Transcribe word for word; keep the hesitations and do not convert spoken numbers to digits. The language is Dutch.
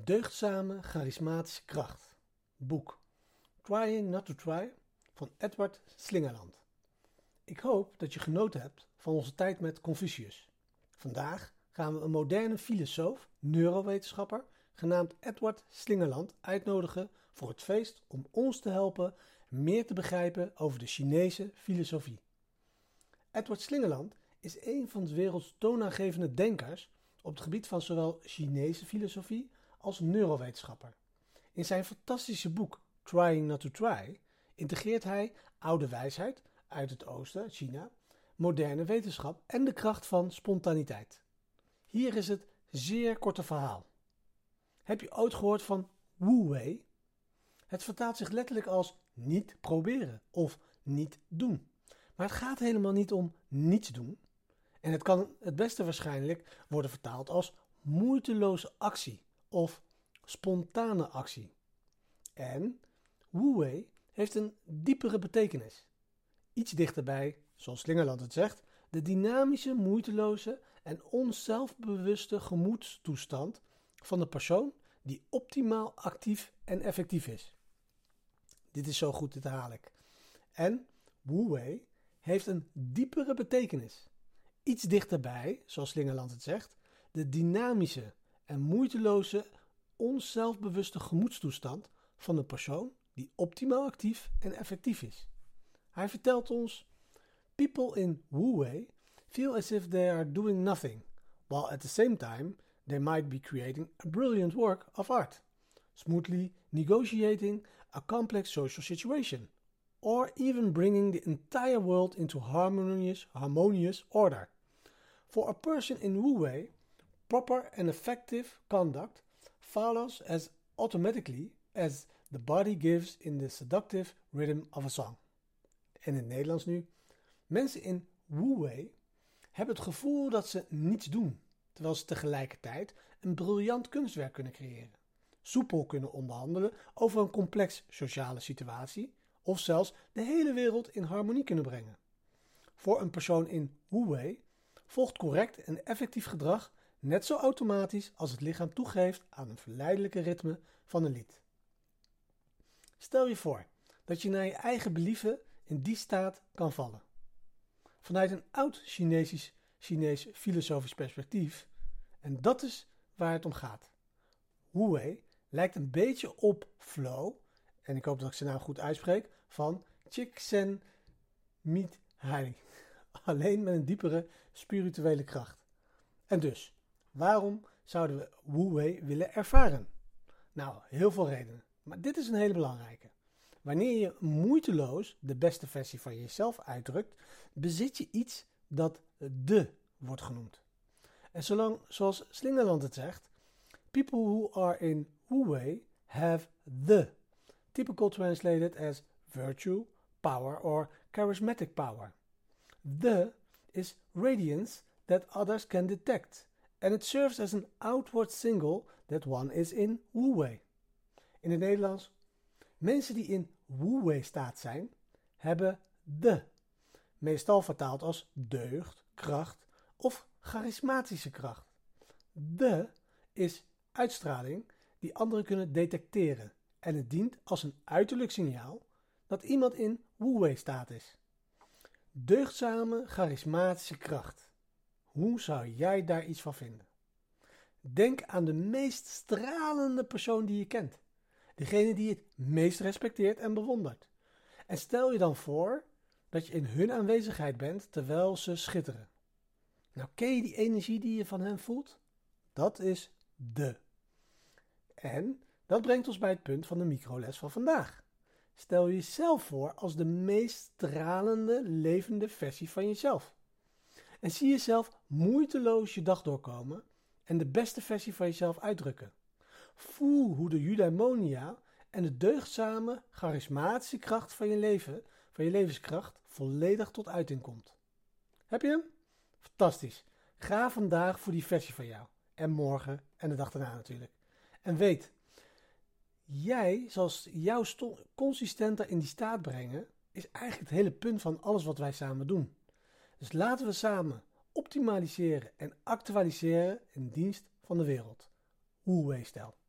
Deugdzame, charismatische kracht. Boek Trying Not to Try van Edward Slingerland. Ik hoop dat je genoten hebt van onze tijd met Confucius. Vandaag gaan we een moderne filosoof, neurowetenschapper, genaamd Edward Slingerland uitnodigen voor het feest om ons te helpen meer te begrijpen over de Chinese filosofie. Edward Slingerland is een van de werelds toonaangevende denkers op het gebied van zowel Chinese filosofie als neurowetenschapper. In zijn fantastische boek Trying Not to Try integreert hij oude wijsheid uit het oosten, China, moderne wetenschap en de kracht van spontaniteit. Hier is het zeer korte verhaal. Heb je ooit gehoord van Wu Wei? Het vertaalt zich letterlijk als niet proberen of niet doen. Maar het gaat helemaal niet om niets doen. En het kan het beste waarschijnlijk worden vertaald als moeiteloze actie of spontane actie. En Wu Wei heeft een diepere betekenis. Iets dichterbij, zoals Slingerland het zegt, de dynamische, moeiteloze en onzelfbewuste gemoedstoestand van de persoon die optimaal actief en effectief is. Dit is zo goed, dit haal ik. En Wu Wei heeft een diepere betekenis. Iets dichterbij, zoals Slingerland het zegt, de dynamische en moeiteloze, onzelfbewuste gemoedstoestand van de persoon die optimaal actief en effectief is. Hij vertelt ons: people in Wu Wei feel as if they are doing nothing, while at the same time they might be creating a brilliant work of art, smoothly negotiating a complex social situation, or even bringing the entire world into harmonious, harmonious order. For a person in Wu Wei, proper and effective conduct follows as automatically as the body gives in the seductive rhythm of a song. En in het Nederlands nu. Mensen in Wu Wei hebben het gevoel dat ze niets doen, terwijl ze tegelijkertijd een briljant kunstwerk kunnen creëren. Soepel kunnen onderhandelen over een complex sociale situatie of zelfs de hele wereld in harmonie kunnen brengen. Voor een persoon in Wu Wei volgt correct en effectief gedrag net zo automatisch als het lichaam toegeeft aan een verleidelijke ritme van een lied. Stel je voor dat je naar je eigen believen in die staat kan vallen. Vanuit een oud Chinesisch, Chinees filosofisch perspectief, en dat is waar het om gaat. Wu Wei lijkt een beetje op flow, en ik hoop dat ik ze nou goed uitspreek, van Csikszentmihalyi. Alleen met een diepere spirituele kracht. En dus, waarom zouden we Wu Wei willen ervaren? Nou, heel veel redenen. Maar dit is een hele belangrijke. Wanneer je moeiteloos de beste versie van jezelf uitdrukt, bezit je iets dat de wordt genoemd. En zolang, zoals Slingerland het zegt, people who are in Wu Wei have the, typical translated as virtue, power or charismatic power. The is radiance that others can detect, and it serves as an outward signal that one is in Wu Wei. In het Nederlands: mensen die in Wu Wei staat zijn, hebben de, meestal vertaald als deugd, kracht of charismatische kracht. De is uitstraling die anderen kunnen detecteren en het dient als een uiterlijk signaal dat iemand in Wu Wei staat is. Deugdzame, charismatische kracht. Hoe zou jij daar iets van vinden? Denk aan de meest stralende persoon die je kent. Degene die je het meest respecteert en bewondert. En stel je dan voor dat je in hun aanwezigheid bent terwijl ze schitteren. Nou, ken je die energie die je van hen voelt? Dat is de. En dat brengt ons bij het punt van de microles van vandaag. Stel jezelf voor als de meest stralende, levende versie van jezelf. En zie jezelf moeiteloos je dag doorkomen en de beste versie van jezelf uitdrukken. Voel hoe de eudaimonia en de deugdzame, charismatische kracht van je leven, van je levenskracht, volledig tot uiting komt. Heb je hem? Fantastisch. Ga vandaag voor die versie van jou. En morgen en de dag daarna natuurlijk. En weet, jij zal jou sto- consistenter in die staat brengen, is eigenlijk het hele punt van alles wat wij samen doen. Dus laten we samen optimaliseren en actualiseren in dienst van de wereld. Wu Wei-stijl.